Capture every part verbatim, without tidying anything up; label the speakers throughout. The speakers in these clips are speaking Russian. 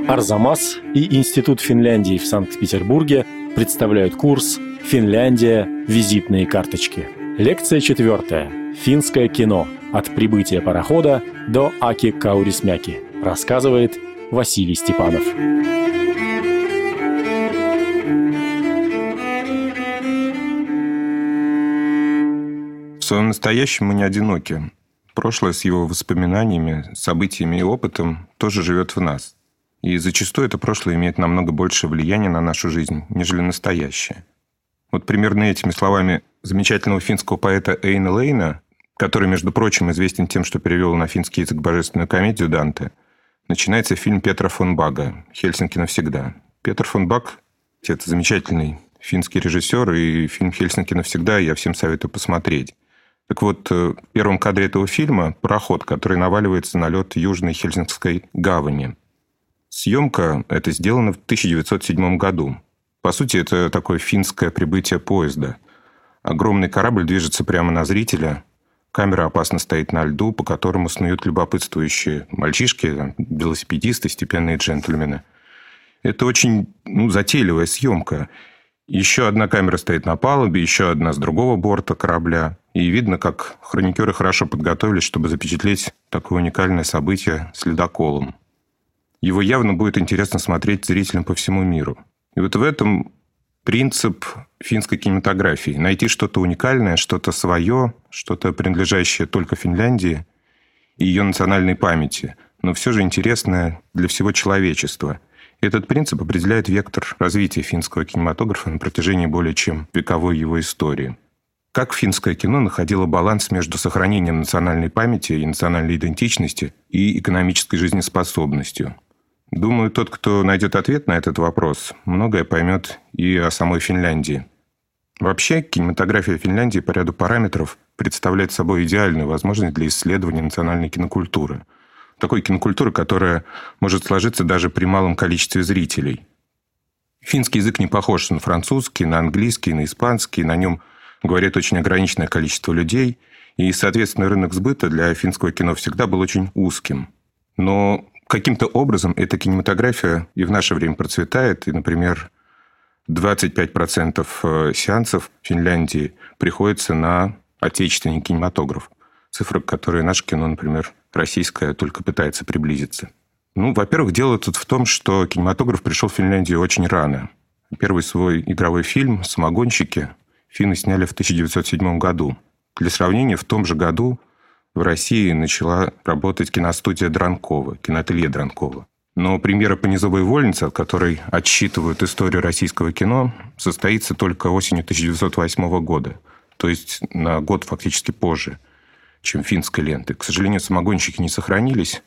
Speaker 1: Арзамас и Институт Финляндии в Санкт-Петербурге представляют курс «Финляндия. Визитные карточки». Лекция четвертая. Финское кино. От прибытия парохода до Аки Каурисмяки. Рассказывает Василий Степанов.
Speaker 2: В своем настоящем мы не одиноки. Прошлое с его воспоминаниями, событиями и опытом тоже живет в нас. И зачастую это прошлое имеет намного больше влияния на нашу жизнь, нежели настоящее. Вот примерно этими словами замечательного финского поэта Эйна Лейна, который, между прочим, известен тем, что перевел на финский язык божественную комедию Данте, начинается фильм Петра фон Бага «Хельсинки навсегда». Петр фон Баг – это замечательный финский режиссер, и фильм «Хельсинки навсегда» я всем советую посмотреть. Так вот, в первом кадре этого фильма пароход, который наваливается на лед Южной Хельсинкской гавани. Съемка эта сделана в тысяча девятьсот седьмом году. По сути, это такое финское прибытие поезда. Огромный корабль движется прямо на зрителя. Камера опасно стоит на льду, по которому снуют любопытствующие мальчишки, там, велосипедисты, степенные джентльмены. Это очень ну, затейливая съемка. Еще одна камера стоит на палубе, еще одна с другого борта корабля. И видно, как хроникеры хорошо подготовились, чтобы запечатлеть такое уникальное событие с ледоколом. Его явно будет интересно смотреть зрителям по всему миру. И вот в этом принцип финской кинематографии. Найти что-то уникальное, что-то свое, что-то принадлежащее только Финляндии и ее национальной памяти, но все же интересное для всего человечества. Этот принцип определяет вектор развития финского кинематографа на протяжении более чем вековой его истории. Как финское кино находило баланс между сохранением национальной памяти и национальной идентичности и экономической жизнеспособностью? Думаю, тот, кто найдет ответ на этот вопрос, многое поймет и о самой Финляндии. Вообще, кинематография Финляндии по ряду параметров представляет собой идеальную возможность для исследования национальной кинокультуры. Такой кинокультуры, которая может сложиться даже при малом количестве зрителей. Финский язык не похож на французский, на английский, на испанский. На нем говорит очень ограниченное количество людей. И, соответственно, рынок сбыта для финского кино всегда был очень узким. Но каким-то образом эта кинематография и в наше время процветает. И, например, двадцать пять процентов сеансов в Финляндии приходится на отечественный кинематограф. Цифра, к которой наше кино, например, российское, только пытается приблизиться. Ну, во-первых, дело тут в том, что кинематограф пришел в Финляндию очень рано. Первый свой игровой фильм «Самогонщики» финны сняли в тысяча девятьсот седьмом году. Для сравнения, в том же году в России начала работать киностудия Дранкова, киноателье Дранкова. Но премьера по «Низовой вольнице», от которой отсчитывают историю российского кино, состоится только осенью тысяча девятьсот восьмого года. То есть на год фактически позже, чем финской ленты. К сожалению, «Самогонщики» не сохранились.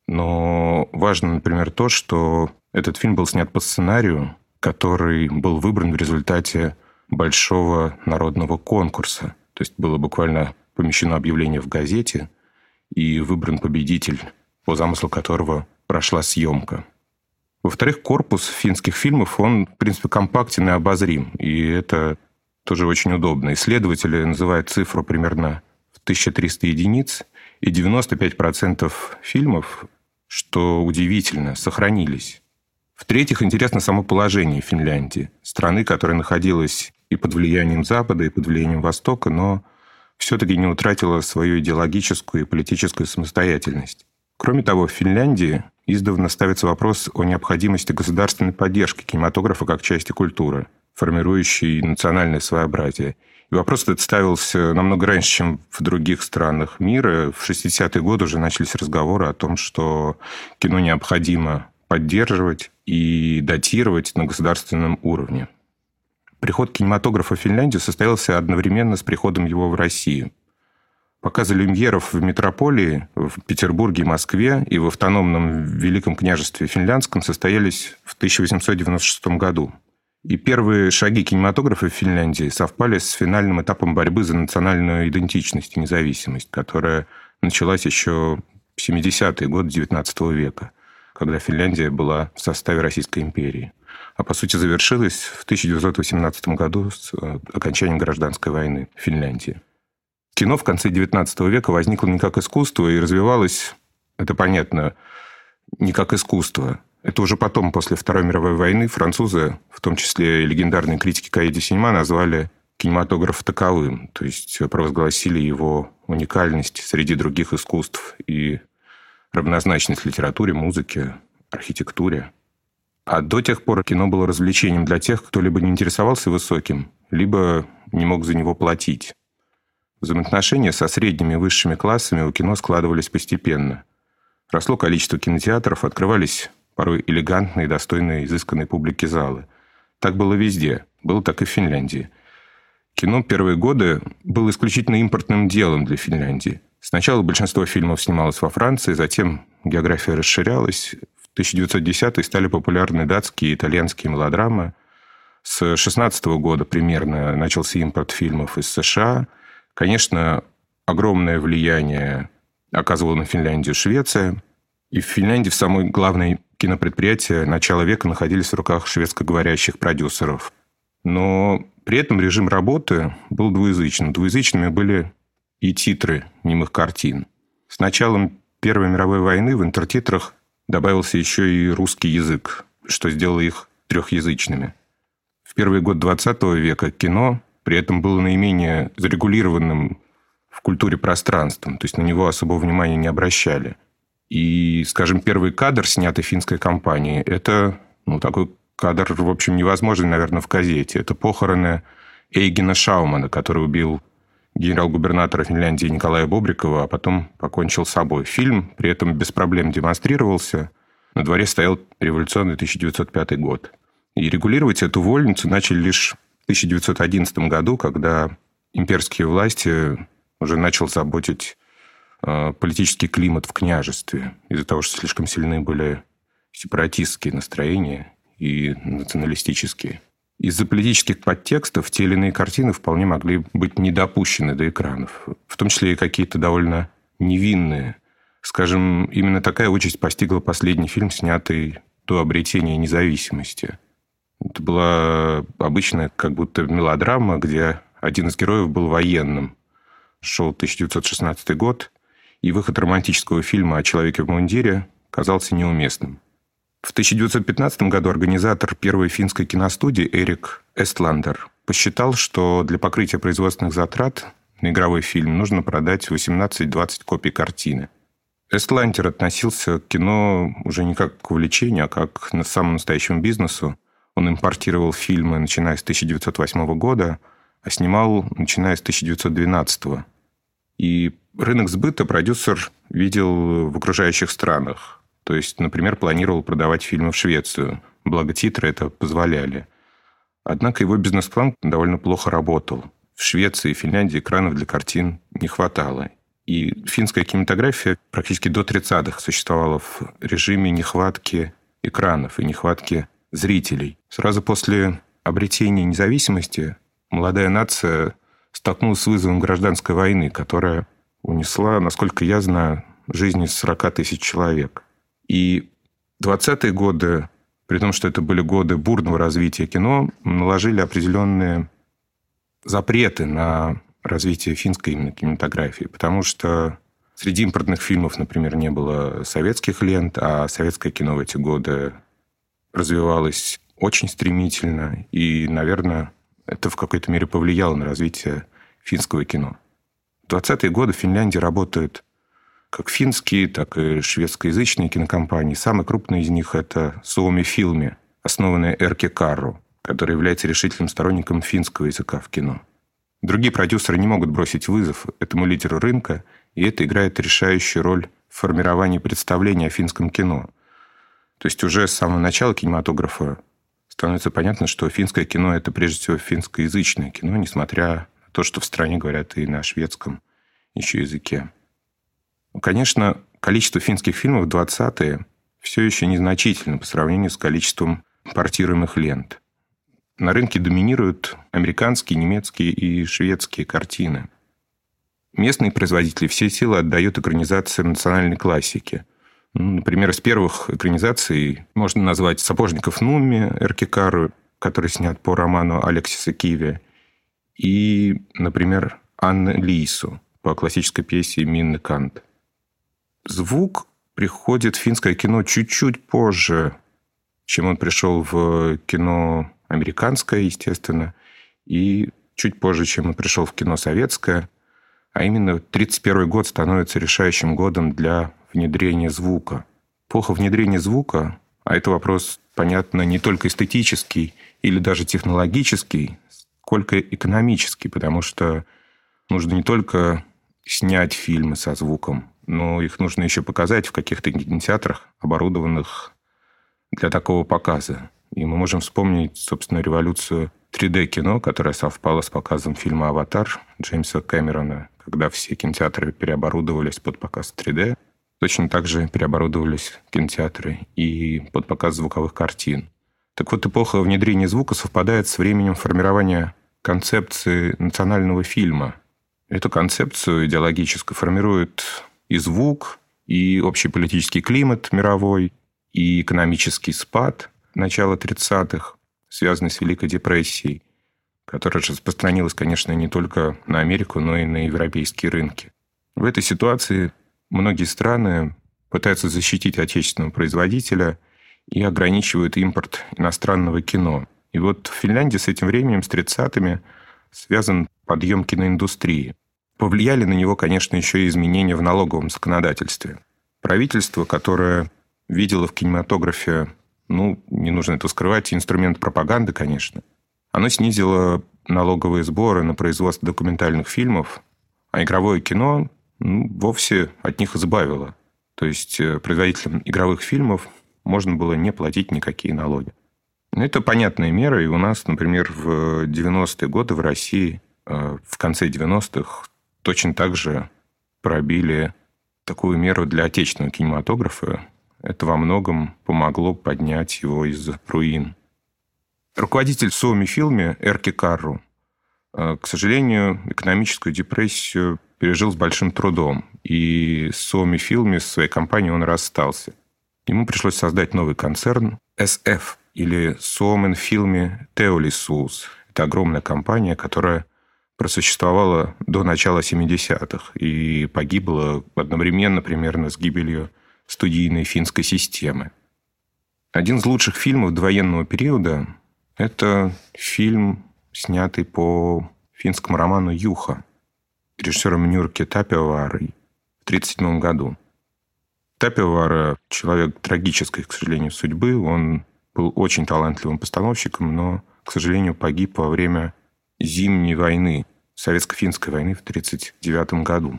Speaker 2: Но важно, например, то, что этот фильм был снят по сценарию, который был выбран в результате большого народного конкурса. То есть было буквально помещено объявление в газете, и выбран победитель, по замыслу которого прошла съемка. Во-вторых, корпус финских фильмов, он, в принципе, компактен и обозрим. И это тоже очень удобно. Исследователи называют цифру примерно в тысяча триста единиц, и девяносто пять процентов фильмов, что удивительно, сохранились. В-третьих, интересно само положение Финляндии. Страны, которая находилась и под влиянием Запада, и под влиянием Востока, но все-таки не утратила свою идеологическую и политическую самостоятельность. Кроме того, в Финляндии издавна ставится вопрос о необходимости государственной поддержки кинематографа как части культуры, формирующей национальное своеобразие. И вопрос этот ставился намного раньше, чем в других странах мира. В шестидесятые годы уже начались разговоры о том, что кино необходимо поддерживать и датировать на государственном уровне. Приход кинематографа в Финляндию состоялся одновременно с приходом его в Россию. Показы люмьеров в метрополии, в Петербурге и Москве и в автономном Великом княжестве Финляндском состоялись в тысяча восемьсот девяносто шестом году. И первые шаги кинематографа в Финляндии совпали с финальным этапом борьбы за национальную идентичность и независимость, которая началась еще в семидесятые годы девятнадцатого века, когда Финляндия была в составе Российской империи. А по сути завершилась в тысяча девятьсот восемнадцатом году с окончанием гражданской войны в Финляндии. Кино в конце девятнадцатого века возникло не как искусство и развивалось, это понятно, не как искусство. Это уже потом, после Второй мировой войны, французы, в том числе и легендарные критики Cahiers du Cinéma, назвали кинематограф таковым, то есть провозгласили его уникальность среди других искусств и равнозначность литературе, музыке, архитектуре. А до тех пор кино было развлечением для тех, кто либо не интересовался высоким, либо не мог за него платить. Взаимоотношения со средними и высшими классами у кино складывались постепенно. Росло количество кинотеатров, открывались порой элегантные и достойные изысканной публики залы. Так было везде, было так и в Финляндии. Кино первые годы было исключительно импортным делом для Финляндии. Сначала большинство фильмов снималось во Франции, затем география расширялась. В тысяча девятьсот десятые стали популярны датские и итальянские мелодрамы. С шестнадцатого года примерно начался импорт фильмов из США. Конечно, огромное влияние оказывала на Финляндию Швеция. И в Финляндии в самой главной кинопредприятия начала века находились в руках шведскоговорящих продюсеров. Но при этом режим работы был двуязычным. Двуязычными были и титры немых картин. С началом Первой мировой войны в интертитрах добавился еще и русский язык, что сделало их трехязычными. В первый год двадцатого века кино при этом было наименее зарегулированным в культуре пространством, то есть на него особого внимания не обращали. И, скажем, первый кадр, снятый финской компанией, это ну, такой кадр, в общем, невозможный, наверное, в газете. Это похороны Эйгена Шаумана, который убил генерал-губернатора Финляндии Николая Бобрикова, а потом покончил с собой. Фильм при этом без проблем демонстрировался. На дворе стоял революционный тысяча девятьсот пятый год. И регулировать эту вольницу начали лишь в тысяча девятьсот одиннадцатом году, когда имперские власти уже начал заботить политический климат в княжестве из-за того, что слишком сильны были сепаратистские настроения и националистические. Из-за политических подтекстов те или иные картины вполне могли быть не допущены до экранов, в том числе и какие-то довольно невинные. Скажем, именно такая участь постигла последний фильм, снятый до обретения независимости. Это была обычная как будто мелодрама, где один из героев был военным. Шел тысяча девятьсот шестнадцатый год, и выход романтического фильма о человеке в мундире казался неуместным. В тысяча девятьсот пятнадцатом году организатор первой финской киностудии Эрик Эстландер посчитал, что для покрытия производственных затрат на игровой фильм нужно продать восемнадцать-двадцать копий картины. Эстландер относился к кино уже не как к увлечению, а как к самому настоящему бизнесу. Он импортировал фильмы, начиная с тысяча девятьсот восьмого года, а снимал, начиная с тысяча девятьсот двенадцатого. И рынок сбыта продюсер видел в окружающих странах. То есть, например, планировал продавать фильмы в Швецию. Благо титры это позволяли. Однако его бизнес-план довольно плохо работал. В Швеции и Финляндии экранов для картин не хватало. И финская кинематография практически до тридцатых существовала в режиме нехватки экранов и нехватки зрителей. Сразу после обретения независимости молодая нация столкнулась с вызовом гражданской войны, которая унесла, насколько я знаю, жизни сорок тысяч человек. И двадцатые годы, при том, что это были годы бурного развития кино, наложили определенные запреты на развитие финской именно кинематографии, потому что среди импортных фильмов, например, не было советских лент, а советское кино в эти годы развивалось очень стремительно, и, наверное, это в какой-то мере повлияло на развитие финского кино. В двадцатые годы в Финляндии работают как финские, так и шведскоязычные кинокомпании. Самый крупный из них – это Suomi Filmi, основанная Эркки Карру, который является решительным сторонником финского языка в кино. Другие продюсеры не могут бросить вызов этому лидеру рынка, и это играет решающую роль в формировании представления о финском кино. То есть уже с самого начала кинематографа становится понятно, что финское кино – это прежде всего финскоязычное кино, несмотря на то, что в стране говорят и на шведском еще языке. Конечно, количество финских фильмов в двадцатые все еще незначительно по сравнению с количеством портируемых лент. На рынке доминируют американские, немецкие и шведские картины. Местные производители все силы отдают экранизациям национальной классики. Например, из первых экранизаций можно назвать «Сапожников Нумми» Эркки Карру, который снят по роману Алексиса Киви, и, например, «Анна Лису» по классической пьесе Минны Кант. Звук приходит в финское кино чуть-чуть позже, чем он пришел в кино американское, естественно, и чуть позже, чем он пришел в кино советское. А именно тридцать первый год становится решающим годом для внедрения звука. Эпоха внедрения звука, а это вопрос, понятно, не только эстетический или даже технологический, сколько экономический, потому что нужно не только снять фильмы со звуком, но их нужно еще показать в каких-то кинотеатрах, оборудованных для такого показа. И мы можем вспомнить, собственно, революцию три дэ-кино, которая совпала с показом фильма «Аватар» Джеймса Кэмерона, когда все кинотеатры переоборудовались под показ три дэ. Точно так же переоборудовались кинотеатры и под показ звуковых картин. Так вот, эпоха внедрения звука совпадает с временем формирования концепции национального фильма. Эту концепцию идеологически формирует и звук, и общий политический климат мировой, и экономический спад начала тридцатых, связанный с Великой депрессией, которая распространилась, конечно, не только на Америку, но и на европейские рынки. В этой ситуации многие страны пытаются защитить отечественного производителя и ограничивают импорт иностранного кино. И вот в Финляндии с этим временем, с тридцатыми, связан подъем киноиндустрии. Повлияли на него, конечно, еще и изменения в налоговом законодательстве. Правительство, которое видело в кинематографе, ну, не нужно это скрывать, инструмент пропаганды, конечно, оно снизило налоговые сборы на производство документальных фильмов, а игровое кино ну, вовсе от них избавило. То есть производителям игровых фильмов можно было не платить никакие налоги. Это понятная мера, и у нас, например, в девяностые годы в России, в конце девяностых, точно так же пробили такую меру для отечественного кинематографа. Это во многом помогло поднять его из руин. Руководитель Suomi Filmi Erkki Karru, к сожалению, экономическую депрессию пережил с большим трудом. И с Suomi Filmi, с своей компанией, он расстался. Ему пришлось создать новый концерн эс эф, или Suomen Filmi Teollisuus. Это огромная компания, которая просуществовала до начала семидесятых и погибла одновременно примерно с гибелью студийной финской системы. Один из лучших фильмов довоенного периода – это фильм, снятый по финскому роману «Юха» режиссером Нюрки Тапиоваарой в тридцать седьмом году. Тапиоваара – человек трагической, к сожалению, судьбы. Он был очень талантливым постановщиком, но, к сожалению, погиб во время Зимней войны, Советско-финской войны в тридцать девятом году.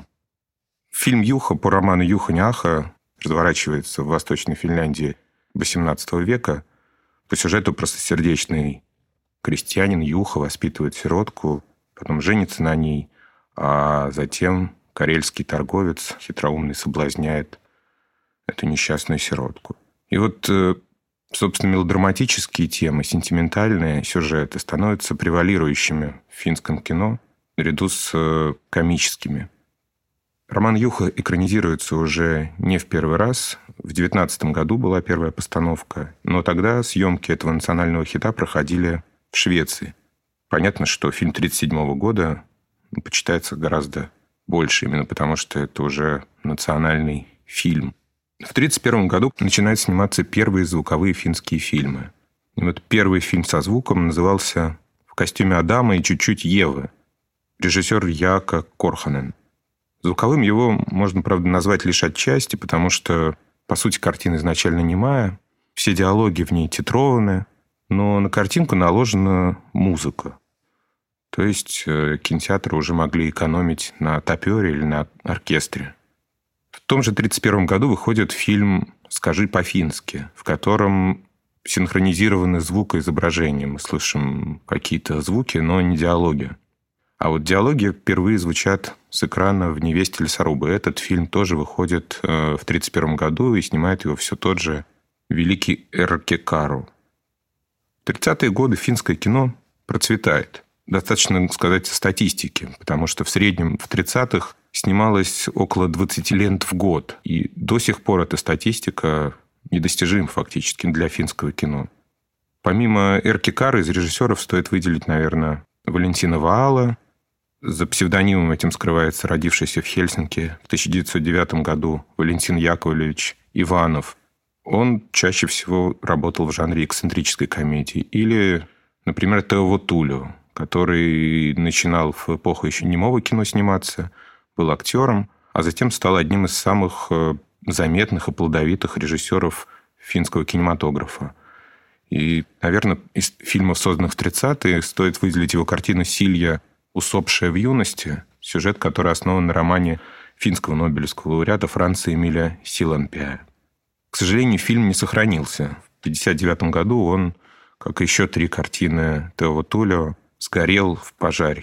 Speaker 2: Фильм «Юха» по роману Юха Няха разворачивается в Восточной Финляндии восемнадцатого века. По сюжету простосердечный крестьянин Юха воспитывает сиротку, потом женится на ней, а затем карельский торговец хитроумный соблазняет эту несчастную сиротку. И вот, собственно, мелодраматические темы, сентиментальные сюжеты становятся превалирующими в финском кино наряду с комическими. Роман «Юха» экранизируется уже не в первый раз. В девятнадцатом году была первая постановка, но тогда съемки этого национального хита проходили в Швеции. Понятно, что фильм тридцать седьмого года почитается гораздо больше, именно потому что это уже национальный фильм. В тридцать первом году начинают сниматься первые звуковые финские фильмы. И вот первый фильм со звуком назывался «В костюме Адама и чуть-чуть Евы». Режиссер Яакко Корхонен. Звуковым его можно, правда, назвать лишь отчасти, потому что, по сути, картина изначально немая, все диалоги в ней титрованы, но на картинку наложена музыка. То есть кинотеатры уже могли экономить на тапёре или на оркестре. В том же тридцать первом году выходит фильм «Скажи по-фински», в котором синхронизированы звук и изображение. Мы слышим какие-то звуки, но не диалоги. А вот диалоги впервые звучат с экрана в «Невесте лесоруба». Этот фильм тоже выходит в тридцать первом году, и снимает его все тот же великий Эркки Карру. В тридцатые годы финское кино процветает. Достаточно сказать о статистике, потому что в среднем в тридцатых снималось около двадцати лент в год. И до сих пор эта статистика недостижима фактически для финского кино. Помимо Эркки Карры из режиссеров стоит выделить, наверное, Валентина Ваала. За псевдонимом этим скрывается родившийся в Хельсинки в тысяча девятьсот девятом году Валентин Яковлевич Иванов. он чаще всего работал в жанре эксцентрической комедии. Или, например, Тео Тулио, который начинал в эпоху еще немого кино сниматься, был актером, а затем стал одним из самых заметных и плодовитых режиссеров финского кинематографа. И, наверное, из фильмов, созданных в тридцатые, стоит выделить его картину «Силья. Усопшая в юности», сюжет, который основан на романе финского нобелевского лауреата Франца Эмиля Силанпяя. К сожалению, фильм не сохранился. В тысяча девятьсот пятьдесят девятом году он, как и еще три картины Тео Тулио, сгорел в пожаре.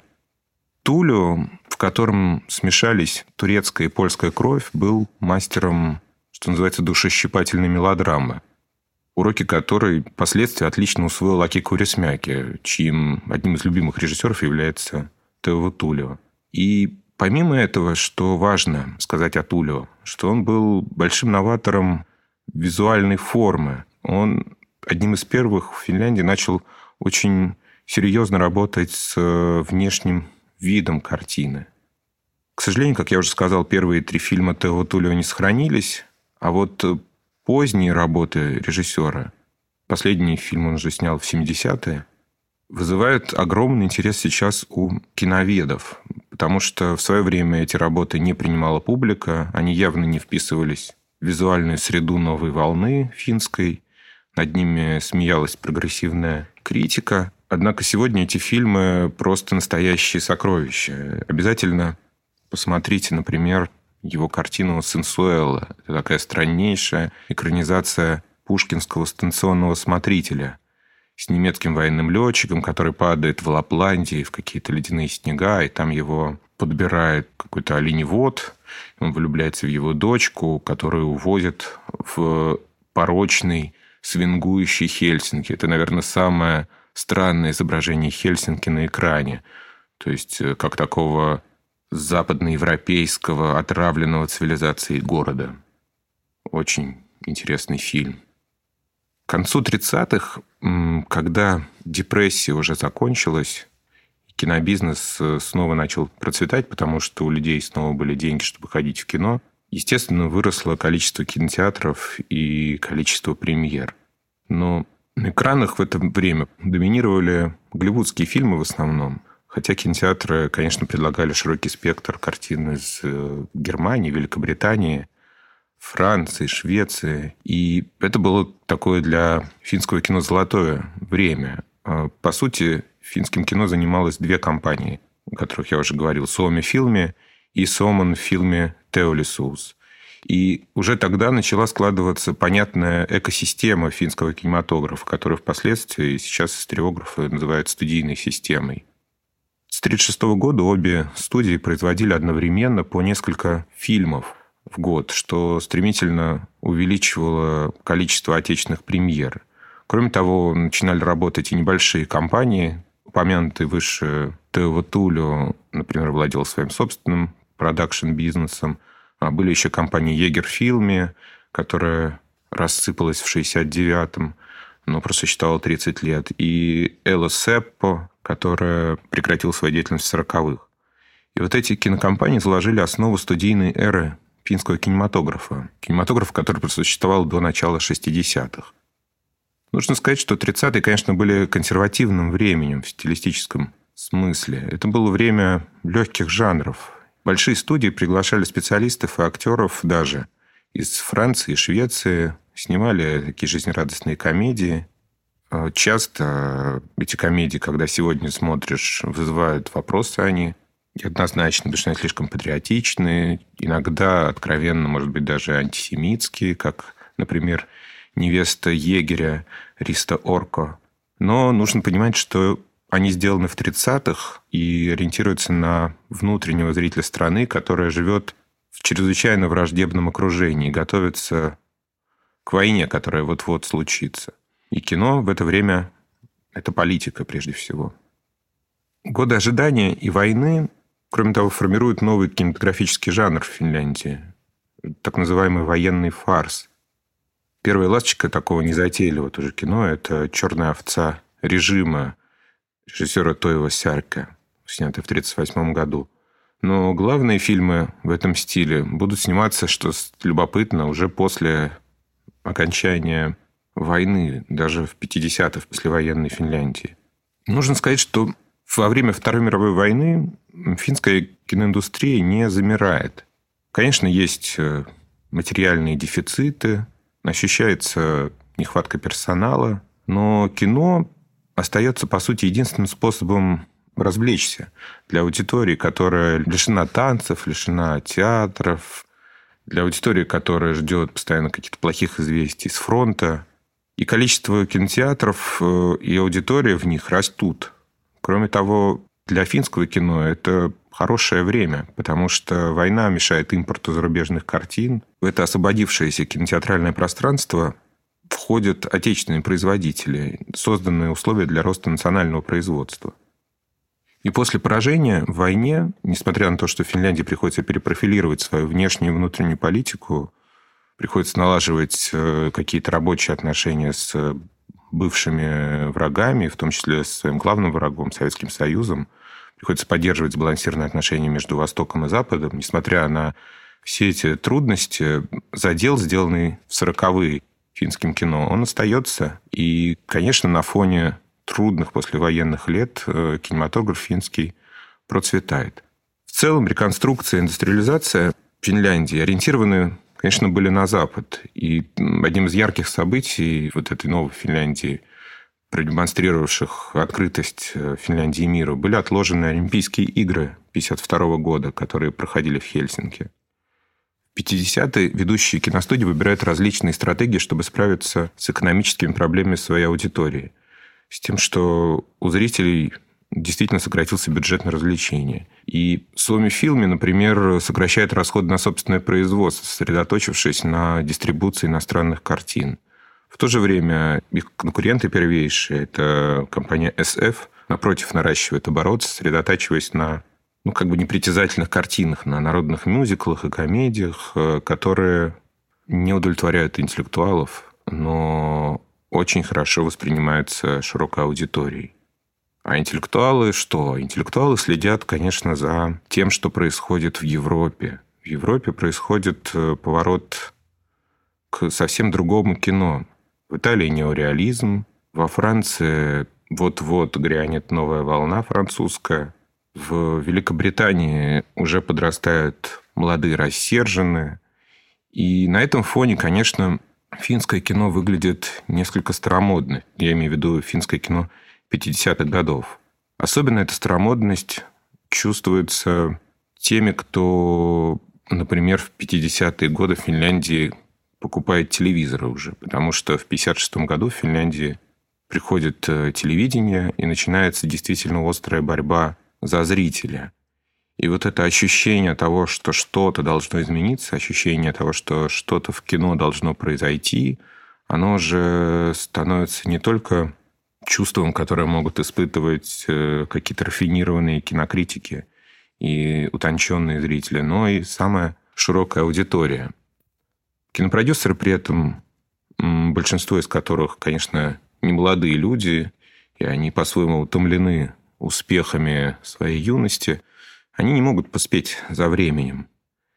Speaker 2: Тулио, в котором смешались турецкая и польская кровь, был мастером, что называется, душещипательной мелодрамы, уроки которой впоследствии отлично усвоил Аки Каурисмяки, чьим одним из любимых режиссеров является Тео Тулио. И помимо этого, что важно сказать о Тулио, что он был большим новатором визуальной формы. Он одним из первых в Финляндии начал очень серьезно работать с внешним видом картины. К сожалению, как я уже сказал, первые три фильма Тео Тулио не сохранились, а вот поздние работы режиссера, последний фильм он уже снял в семидесятые, вызывают огромный интерес сейчас у киноведов, потому что в свое время эти работы не принимала публика, они явно не вписывались в визуальную среду новой волны финской, над ними смеялась прогрессивная критика. Однако сегодня эти фильмы просто настоящие сокровища. Обязательно посмотрите, например, его картину «Сенсуэлла». Это такая страннейшая экранизация пушкинского станционного смотрителя с немецким военным летчиком, который падает в Лапландии в какие-то ледяные снега, и там его подбирает какой-то оленевод. Он влюбляется в его дочку, которую увозят в порочный, свингующий Хельсинки. Это, наверное, самое странное изображение Хельсинки на экране. То есть, как такого западноевропейского, отравленного цивилизацией города. Очень интересный фильм. К концу тридцатых, когда депрессия уже закончилась, кинобизнес снова начал процветать, потому что у людей снова были деньги, чтобы ходить в кино, естественно, выросло количество кинотеатров и количество премьер. Но на экранах в это время доминировали голливудские фильмы в основном, хотя кинотеатры, конечно, предлагали широкий спектр картин из Германии, Великобритании, Франции, Швеции. И это было такое для финского кино золотое время. По сути, финским кино занималось две компании, о которых я уже говорил, Suomi Filmi и Suomen Filmi Teollisuus. И уже тогда начала складываться понятная экосистема финского кинематографа, которую впоследствии сейчас историографы называют студийной системой. С тысяча девятьсот тридцать шестого года обе студии производили одновременно по несколько фильмов в год, что стремительно увеличивало количество отечественных премьер. Кроме того, начинали работать и небольшие компании. Упомянутый выше Тео Тулио, например, владел своим собственным продакшн-бизнесом. А были еще компании Егерфилми, которая рассыпалась в шестьдесят девятом, но просуществовала тридцать лет. И Эло Сеппо, которая прекратила свою деятельность в сороковых. И вот эти кинокомпании заложили основу студийной эры финского кинематографа. Кинематограф, который просуществовал до начала шестидесятых. Нужно сказать, что тридцатые, конечно, были консервативным временем в стилистическом смысле. Это было время легких жанров. Большие студии приглашали специалистов и актеров даже из Франции и Швеции, снимали такие жизнерадостные комедии. Часто эти комедии, когда сегодня смотришь, вызывают вопросы они неоднозначно, потому что они слишком патриотичные, иногда откровенно, может быть, даже антисемитские, как, например, «Невеста егеря» Риста Орко. Но нужно понимать, что они сделаны в тридцатых и ориентируются на внутреннего зрителя страны, которая живет в чрезвычайно враждебном окружении, готовится к войне, которая вот-вот случится. И кино в это время – это политика прежде всего. Годы ожидания и войны, кроме того, формируют новый кинематографический жанр в Финляндии, так называемый военный фарс. Первая ласточка такого незатейливого тоже кино – это «Черная овца режима» режиссера Тойво Сярка, снятый в тысяча девятьсот тридцать восьмом году. Но главные фильмы в этом стиле будут сниматься, что любопытно, уже после окончания войны, даже в пятидесятых, послевоенной Финляндии. Нужно сказать, что во время Второй мировой войны финская киноиндустрия не замирает. Конечно, есть материальные дефициты, ощущается нехватка персонала, но кино остается, по сути, единственным способом развлечься для аудитории, которая лишена танцев, лишена театров, для аудитории, которая ждет постоянно каких-то плохих известий с фронта. И количество кинотеатров и аудитория в них растут. Кроме того, для финского кино это хорошее время, потому что война мешает импорту зарубежных картин. В это освободившееся кинотеатральное пространство входят отечественные производители, созданные условия для роста национального производства. И после поражения в войне, несмотря на то, что Финляндии приходится перепрофилировать свою внешнюю и внутреннюю политику, приходится налаживать какие-то рабочие отношения с бывшими врагами, в том числе с своим главным врагом, Советским Союзом, приходится поддерживать сбалансированные отношения между Востоком и Западом. Несмотря на все эти трудности, задел, сделанный в сороковые финским кино, он остается. И, конечно, на фоне трудных послевоенных лет кинематограф финский процветает. В целом, реконструкция и индустриализация Финляндии ориентированы, конечно, были на Запад. И одним из ярких событий вот этой новой Финляндии, продемонстрировавших открытость Финляндии миру, были отложены Олимпийские игры пятьдесят второго года, которые проходили в Хельсинки. В пятидесятые ведущие киностудии выбирают различные стратегии, чтобы справиться с экономическими проблемами своей аудитории. С тем, что у зрителей действительно сократился бюджет на развлечения. И Suomi Filmi, например, сокращает расходы на собственное производство, сосредоточившись на дистрибуции иностранных картин. В то же время их конкуренты первейшие, это компания эс эф, напротив, наращивает оборот, сосредотачиваясь на ну, как бы непритязательных картинах, на народных мюзиклах и комедиях, которые не удовлетворяют интеллектуалов, но очень хорошо воспринимаются широкой аудиторией. А интеллектуалы что? Интеллектуалы следят, конечно, за тем, что происходит в Европе. В Европе происходит поворот к совсем другому кино. В Италии неореализм, во Франции вот-вот грянет новая волна французская, в Великобритании уже подрастают молодые рассерженные. И на этом фоне, конечно, финское кино выглядит несколько старомодно. Я имею в виду финское кино пятидесятых годов. Особенно эта старомодность чувствуется теми, кто, например, в пятидесятые годы в Финляндии покупает телевизоры уже. Потому что в пятьдесят шестом году в Финляндии приходит телевидение, и начинается действительно острая борьба за зрителя. И вот это ощущение того, что что-то должно измениться, ощущение того, что что-то в кино должно произойти, оно же становится не только чувством, которое могут испытывать какие-то рафинированные кинокритики и утонченные зрители, но и самая широкая аудитория. Кинопродюсеры при этом, большинство из которых, конечно, не молодые люди, и они по-своему утомлены успехами своей юности, они не могут поспеть за временем.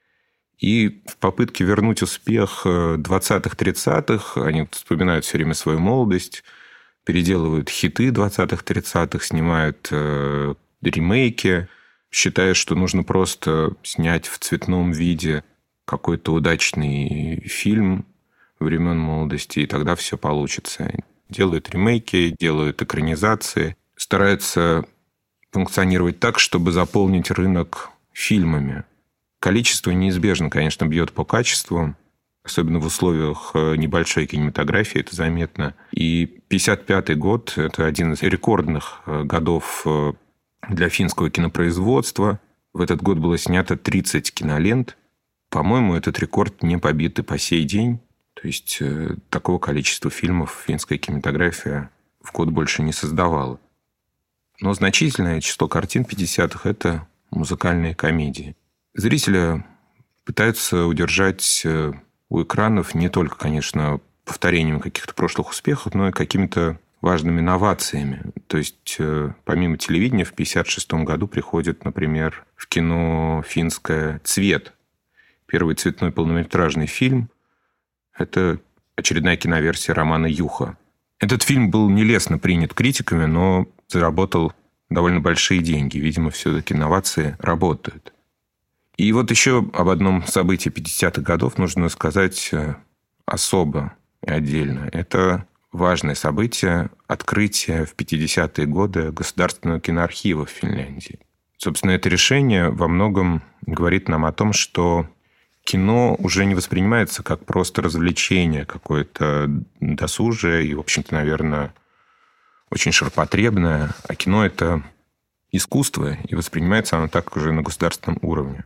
Speaker 2: И в попытке вернуть успех двадцатых-тридцатых они вспоминают все время свою молодость, переделывают хиты двадцатых-тридцатых, снимают э, ремейки, считая, что нужно просто снять в цветном виде какой-то удачный фильм времен молодости, и тогда все получится. Делают ремейки, делают экранизации, стараются функционировать так, чтобы заполнить рынок фильмами. Количество неизбежно, конечно, бьет по качеству, особенно в условиях небольшой кинематографии, это заметно. И пятьдесят пятый год – это один из рекордных годов для финского кинопроизводства. В этот год было снято тридцать кинолент. По-моему, этот рекорд не побит и по сей день. То есть такого количества фильмов финская кинематография в год больше не создавала. Но значительное число картин пятидесятых – это музыкальные комедии. Зрителя пытаются удержать у экранов не только, конечно, повторением каких-то прошлых успехов, но и какими-то важными новациями. То есть, помимо телевидения, в пятьдесят шестом году приходит, например, в кино финское «Цвет». Первый цветной полнометражный фильм. Это очередная киноверсия романа «Юха». Этот фильм был нелестно принят критиками, но заработал довольно большие деньги. Видимо, все-таки инновации работают. И вот еще об одном событии пятидесятых годов нужно сказать особо и отдельно. Это важное событие – открытие в пятидесятые годы Государственного киноархива в Финляндии. Собственно, это решение во многом говорит нам о том, что кино уже не воспринимается как просто развлечение какое-то досужее и, в общем-то, наверное, очень ширпотребное, а кино – это искусство, и воспринимается оно так уже на государственном уровне.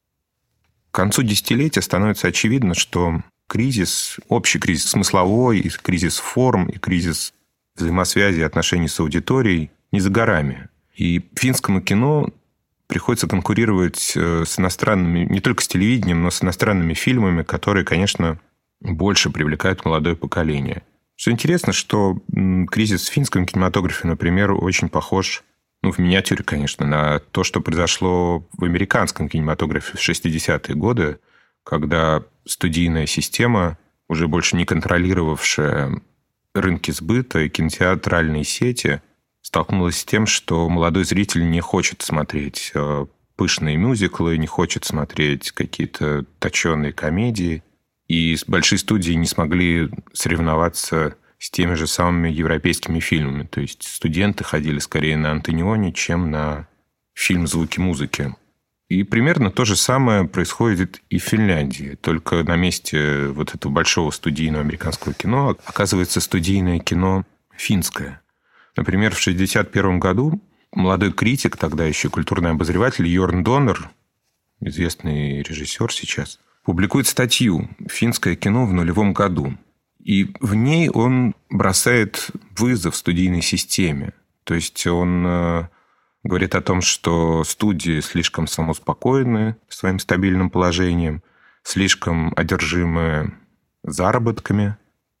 Speaker 2: К концу десятилетия становится очевидно, что кризис, общий кризис смысловой, и кризис форм, и кризис взаимосвязи и отношений с аудиторией не за горами. И финскому кино приходится конкурировать с иностранными, не только с телевидением, но с иностранными фильмами, которые, конечно, больше привлекают молодое поколение. Что интересно, что кризис в финском кинематографе, например, очень похож, ну, в миниатюре, конечно, на то, что произошло в американском кинематографе в шестидесятые годы, когда студийная система, уже больше не контролировавшая рынки сбыта и кинотеатральные сети, столкнулась с тем, что молодой зритель не хочет смотреть пышные мюзиклы, не хочет смотреть какие-то точеные комедии, и большие студии не смогли соревноваться с теми же самыми европейскими фильмами. То есть студенты ходили скорее на Антониони, чем на фильм «Звуки музыки». И примерно то же самое происходит и в Финляндии. Только на месте вот этого большого студийного американского кино оказывается студийное кино финское. Например, в шестьдесят первом году молодой критик, тогда еще культурный обозреватель Йорн Доннер, известный режиссер сейчас, публикует статью «Финское кино в нулевом году». И в ней он бросает вызов студийной системе. То есть он э, говорит о том, что студии слишком самоуспокоены своим стабильным положением, слишком одержимы заработками.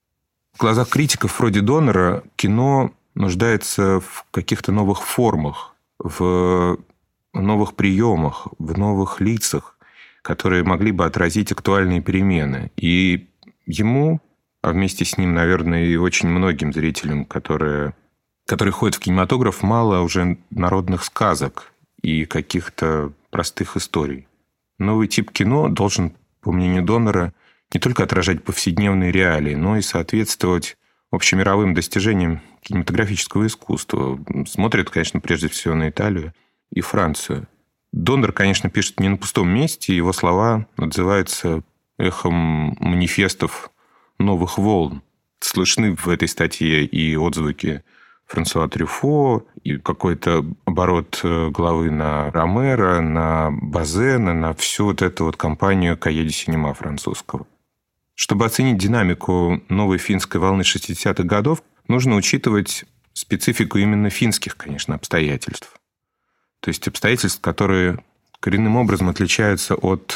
Speaker 2: В глазах критиков вроде Доннера кино нуждается в каких-то новых формах, в новых приемах, в новых лицах, которые могли бы отразить актуальные перемены. И ему, а вместе с ним, наверное, и очень многим зрителям, которые, которые ходят в кинематограф, мало уже народных сказок и каких-то простых историй. Новый тип кино должен, по мнению Доннера, не только отражать повседневные реалии, но и соответствовать общемировым достижениям кинематографического искусства. Смотрят, конечно, прежде всего на Италию и Францию. Доннер, конечно, пишет не на пустом месте, его слова отзываются эхом манифестов новых волн. Слышны в этой статье и отзвуки Франсуа Трюфо, и какой-то оборот главы на Ромеро, на Базена, на всю вот эту вот компанию «Каэ де Синема» французского. Чтобы оценить динамику новой финской волны шестидесятых годов, нужно учитывать специфику именно финских, конечно, обстоятельств. То есть обстоятельств, которые коренным образом отличаются от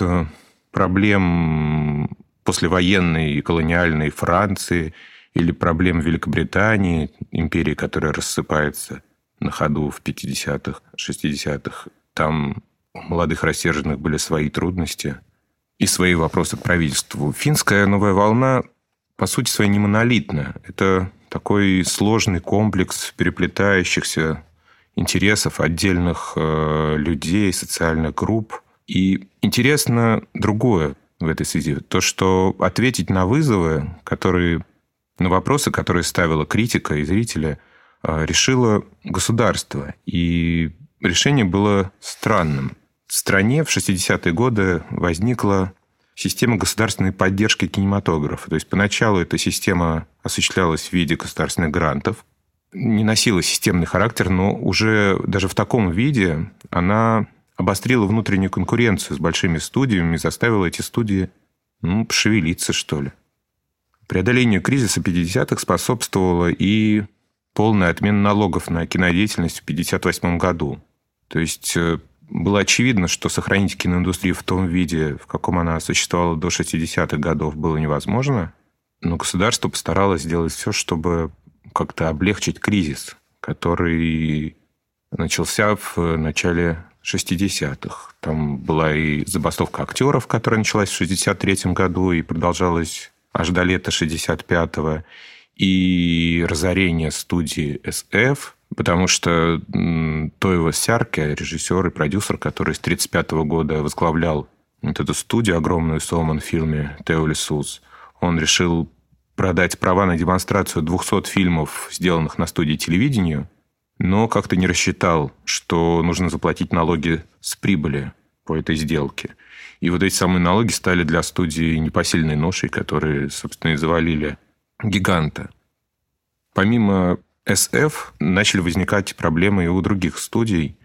Speaker 2: проблем послевоенной и колониальной Франции или проблем Великобритании, империи, которая рассыпается на ходу в пятидесятых, шестидесятых. Там у молодых рассерженных были свои трудности и свои вопросы к правительству. Финская новая волна, по сути своей, не монолитна. Это такой сложный комплекс переплетающихся интересов отдельных э, людей, социальных групп. И интересно другое в этой связи. То, что ответить на вызовы, которые, на вопросы, которые ставила критика и зрители, э, решило государство. И решение было странным. В стране в шестидесятые годы возникла система государственной поддержки кинематографа. То есть поначалу эта система осуществлялась в виде государственных грантов, не носила системный характер, но уже даже в таком виде она обострила внутреннюю конкуренцию с большими студиями и заставила эти студии, ну, пошевелиться, что ли. Преодолению кризиса пятидесятых способствовала и полная отмена налогов на кинодеятельность в пятьдесят восьмом году. То есть было очевидно, что сохранить киноиндустрию в том виде, в каком она существовала до шестидесятых годов, было невозможно, но государство постаралось сделать все, чтобы как-то облегчить кризис, который начался в начале шестидесятых. Там была и забастовка актеров, которая началась в шестьдесят третьем году и продолжалась аж до лета шестьдесят пятого, и разорение студии эс эф, потому что Тойво Сярке, режиссер и продюсер, который с тридцать пятого года возглавлял вот эту студию огромную в Соломон-фильме «Теолисус», он решил продать права на демонстрацию двухсот фильмов, сделанных на студии телевидению, но как-то не рассчитал, что нужно заплатить налоги с прибыли по этой сделке. И вот эти самые налоги стали для студии непосильной ношей, которые, собственно, и завалили гиганта. Помимо эс эф начали возникать проблемы и у других студий,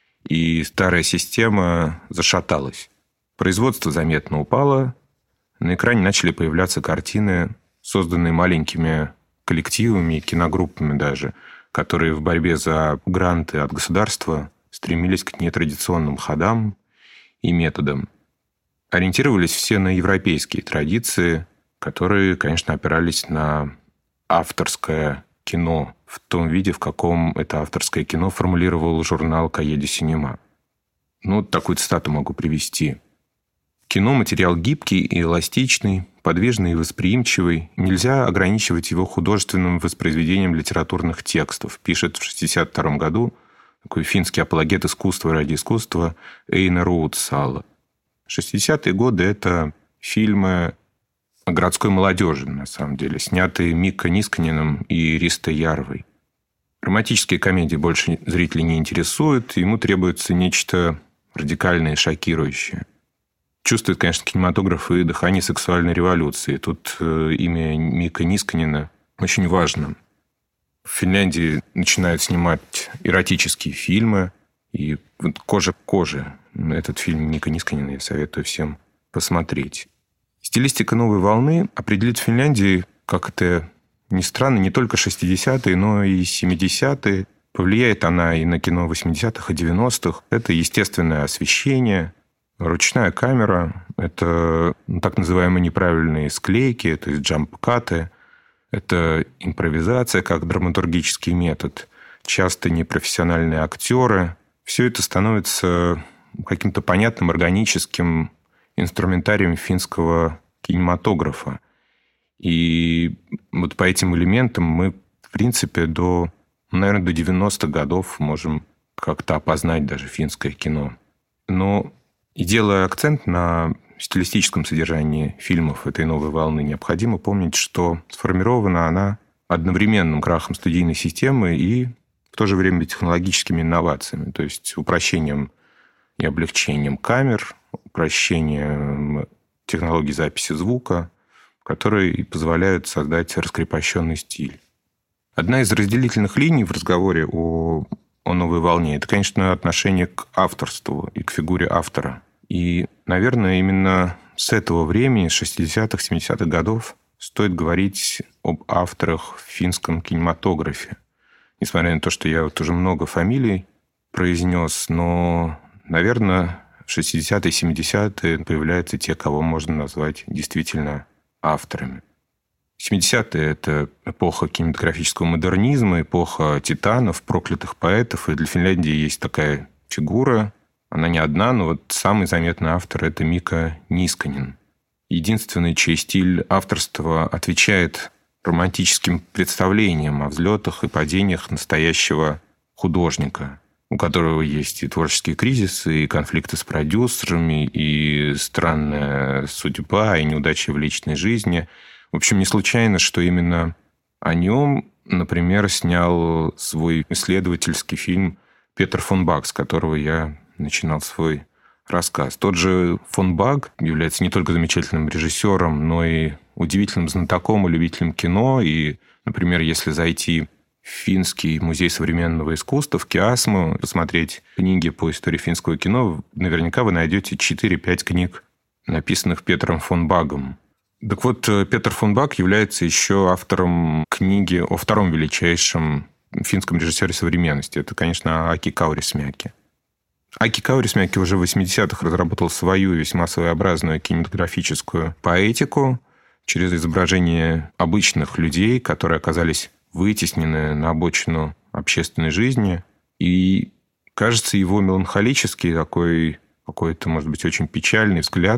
Speaker 2: и старая система зашаталась. Производство заметно упало, на экране начали появляться картины, созданные маленькими коллективами и киногруппами даже, которые в борьбе за гранты от государства стремились к нетрадиционным ходам и методам. Ориентировались все на европейские традиции, которые, конечно, опирались на авторское кино в том виде, в каком это авторское кино формулировал журнал «Кайе де Синема». Ну, такую цитату могу привести. «Кино – материал гибкий и эластичный, подвижный и восприимчивый. Нельзя ограничивать его художественным воспроизведением литературных текстов», пишет в шестьдесят втором году такой финский апологет искусства ради искусства Эйнар Уутсала. шестидесятые годы – это фильмы о городской молодежи, на самом деле, снятые Микко Нисканеном и Ристой Ярвой. Романтические комедии больше зрителей не интересуют, ему требуется нечто радикальное и шокирующее. Чувствует, конечно, кинематограф и дыхание сексуальной революции. Тут имя Микко Нисканена очень важно. В Финляндии начинают снимать эротические фильмы, и вот «Кожа к коже» этот фильм Микко Нисканена я советую всем посмотреть. Стилистика новой волны определит в Финляндии, как это ни странно, не только шестидесятые, но и семидесятые. Повлияет она и на кино восьмидесятых и девяностых. Это естественное освещение, ручная камера, это так называемые неправильные склейки, то есть джамп-каты, это импровизация как драматургический метод, часто непрофессиональные актеры. Все это становится каким-то понятным, органическим инструментарием финского кинематографа. И вот по этим элементам мы, в принципе, до, наверное, до девяностых годов можем как-то опознать даже финское кино. Но и делая акцент на стилистическом содержании фильмов этой новой волны, необходимо помнить, что сформирована она одновременным крахом студийной системы и в то же время технологическими инновациями, то есть упрощением и облегчением камер, упрощением технологий записи звука, которые и позволяют создать раскрепощенный стиль. Одна из разделительных линий в разговоре о, о новой волне – это, конечно, отношение к авторству и к фигуре автора. И, наверное, именно с этого времени, с шестидесятых, семидесятых годов, стоит говорить об авторах в финском кинематографе. Несмотря на то, что я вот уже много фамилий произнес, но, наверное, в шестидесятые, семидесятые появляются те, кого можно назвать действительно авторами. семидесятые – это эпоха кинематографического модернизма, эпоха титанов, проклятых поэтов. И для Финляндии есть такая фигура. Она не одна, но вот самый заметный автор – это Микко Нисканен. Единственный, чей стиль авторства отвечает романтическим представлениям о взлетах и падениях настоящего художника, у которого есть и творческие кризисы, и конфликты с продюсерами, и странная судьба, и неудачи в личной жизни. В общем, не случайно, что именно о нем, например, снял свой исследовательский фильм Петер фон Баг, с которого я начинал свой рассказ. Тот же фон Баг является не только замечательным режиссером, но и удивительным знатоком и любителем кино. И, например, если зайти в Финский музей современного искусства, в Киасму, посмотреть книги по истории финского кино, наверняка вы найдете четыре-пять книг, написанных Петером фон Багом. Так вот, Петер фон Баг является еще автором книги о втором величайшем финском режиссере современности. Это, конечно, Аки Каурисмяки. Аки Каурисмяки уже в восьмидесятых разработал свою весьма своеобразную кинематографическую поэтику через изображение обычных людей, которые оказались вытеснены на обочину общественной жизни. И, кажется, его меланхолический такой какой-то, может быть, очень печальный взгляд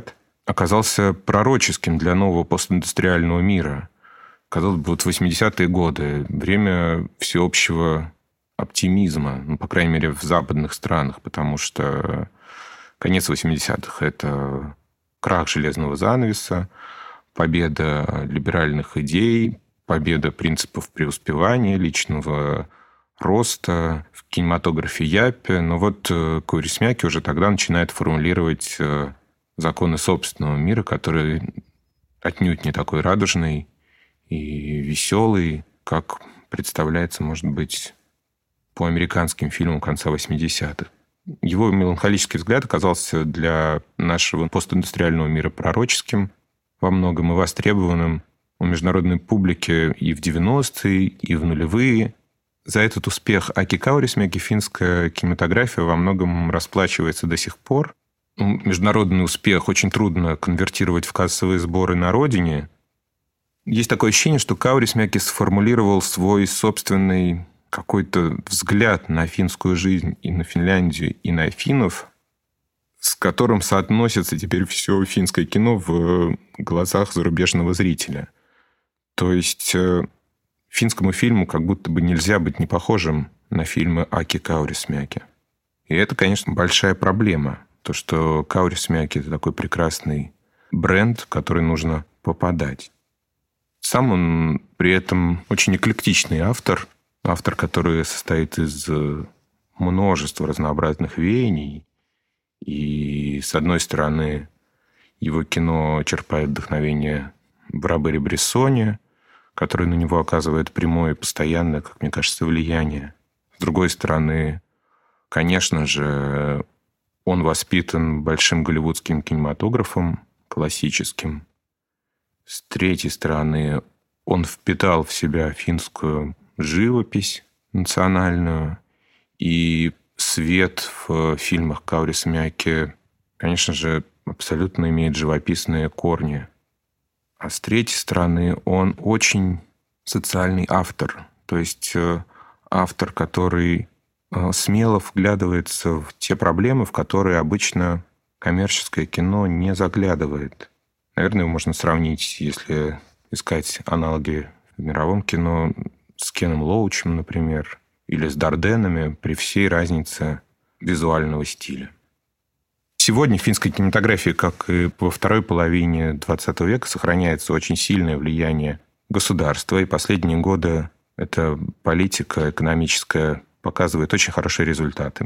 Speaker 2: оказался пророческим для нового постиндустриального мира. Казалось бы, вот восьмидесятые годы, время всеобщего оптимизма, ну, по крайней мере, в западных странах, потому что конец восьмидесятых – это крах железного занавеса, победа либеральных идей, победа принципов преуспевания, личного роста в кинематографе Яппе. Но вот Каурисмяки уже тогда начинает формулировать законы собственного мира, который отнюдь не такой радужный и веселый, как представляется, может быть, по американским фильмам конца восьмидесятых. Его меланхолический взгляд оказался для нашего постиндустриального мира пророческим во многом и востребованным у международной публики и в девяностые, и в нулевые. За этот успех Аки Каурисмяки финская кинематография во многом расплачивается до сих пор. Международный успех очень трудно конвертировать в кассовые сборы на родине. Есть такое ощущение, что Каурисмяки сформулировал свой собственный какой-то взгляд на финскую жизнь и на Финляндию, и на финнов, с которым соотносится теперь все финское кино в глазах зарубежного зрителя. То есть финскому фильму как будто бы нельзя быть не похожим на фильмы Аки Каурисмяки. И это, конечно, большая проблема. То, что Каурисмяки – это такой прекрасный бренд, в который нужно попадать. Сам он при этом очень эклектичный автор, автор, который состоит из множества разнообразных веяний. И, с одной стороны, его кино черпает вдохновение в Робере Брессоне, который на него оказывает прямое и постоянное, как мне кажется, влияние. С другой стороны, конечно же, он воспитан большим голливудским кинематографом, классическим. С третьей стороны, он впитал в себя финскую живопись национальную, и свет в фильмах Каурисмяки, конечно же, абсолютно имеет живописные корни. А с третьей стороны, он очень социальный автор, то есть автор, который смело вглядывается в те проблемы, в которые обычно коммерческое кино не заглядывает. Наверное, его можно сравнить, если искать аналоги в мировом кино, с Кеном Лоучем, например, или с Дарденами, при всей разнице визуального стиля. Сегодня в финской кинематографии, как и во второй половине двадцатого века, сохраняется очень сильное влияние государства, и последние годы эта политика экономическая показывает очень хорошие результаты.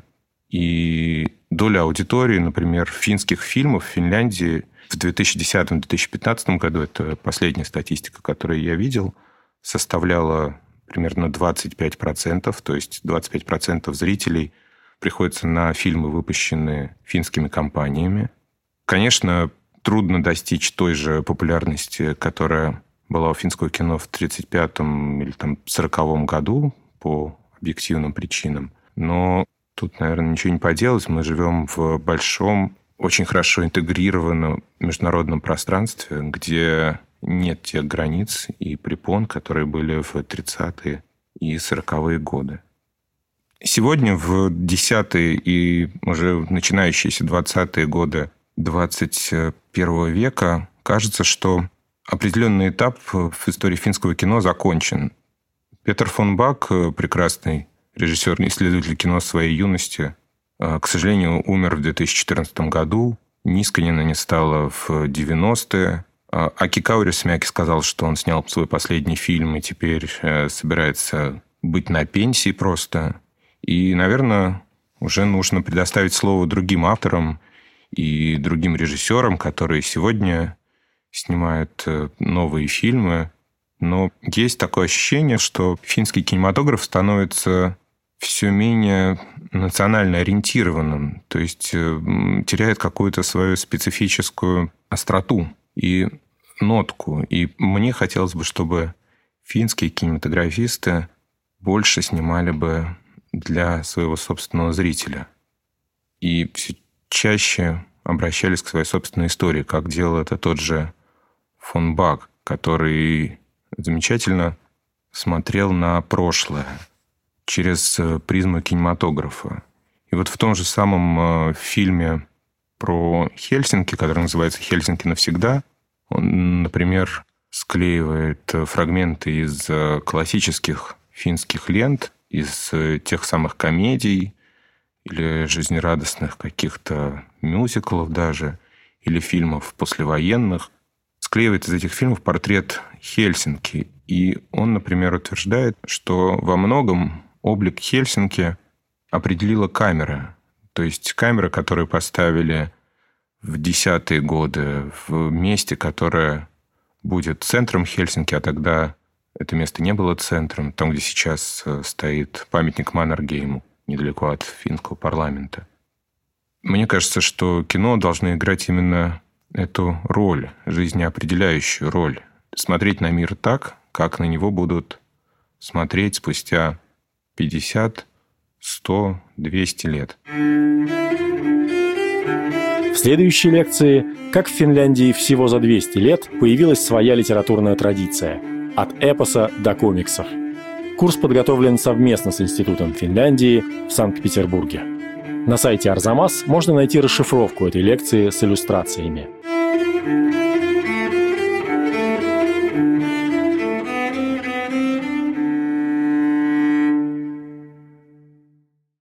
Speaker 2: И доля аудитории, например, финских фильмов в Финляндии в две тысячи десятом - две тысячи пятнадцатом году, это последняя статистика, которую я видел, составляла примерно двадцать пять процентов, то есть двадцать пять процентов зрителей приходится на фильмы, выпущенные финскими компаниями. Конечно, трудно достичь той же популярности, которая была у финского кино в тридцать пятом или там сороковом году по объективным причинам. Но тут, наверное, ничего не поделать. Мы живем в большом, очень хорошо интегрированном международном пространстве, где нет тех границ и препон, которые были в тридцатые и сороковые годы. Сегодня, в десятые и уже начинающиеся двадцатые годы двадцать первого века, кажется, что определенный этап в истории финского кино закончен. Петер фон Бак, прекрасный режиссер и исследователь кино своей юности, к сожалению, умер в две тысячи четырнадцатом году. Нисканина не стало в девяностые. Аки Каурисмяки сказал, что он снял свой последний фильм и теперь собирается быть на пенсии просто. И, наверное, уже нужно предоставить слово другим авторам и другим режиссерам, которые сегодня снимают новые фильмы. Но есть такое ощущение, что финский кинематограф становится все менее национально ориентированным, то есть теряет какую-то свою специфическую остроту и нотку. И мне хотелось бы, чтобы финские кинематографисты больше снимали бы для своего собственного зрителя. И все чаще обращались к своей собственной истории, как делал это тот же фон Бак, который замечательно смотрел на прошлое через призму кинематографа. И вот в том же самом фильме про Хельсинки, который называется «Хельсинки навсегда». Он, например, склеивает фрагменты из классических финских лент, из тех самых комедий или жизнерадостных каких-то мюзиклов даже, или фильмов послевоенных. Склеивает из этих фильмов портрет Хельсинки. И он, например, утверждает, что во многом облик Хельсинки определила камера. То есть камера, которую поставили в десятые годы в месте, которое будет центром Хельсинки, а тогда это место не было центром, там, где сейчас стоит памятник Маннергейму, недалеко от финского парламента. Мне кажется, что кино должно играть именно эту роль, жизнеопределяющую роль. Смотреть на мир так, как на него будут смотреть спустя пятьдесят, сто, двести лет.
Speaker 1: В следующей лекции «Как в Финляндии всего за двести лет появилась своя литературная традиция – от эпоса до комиксов». Курс подготовлен совместно с Институтом Финляндии в Санкт-Петербурге. На сайте Арзамас можно найти расшифровку этой лекции с иллюстрациями.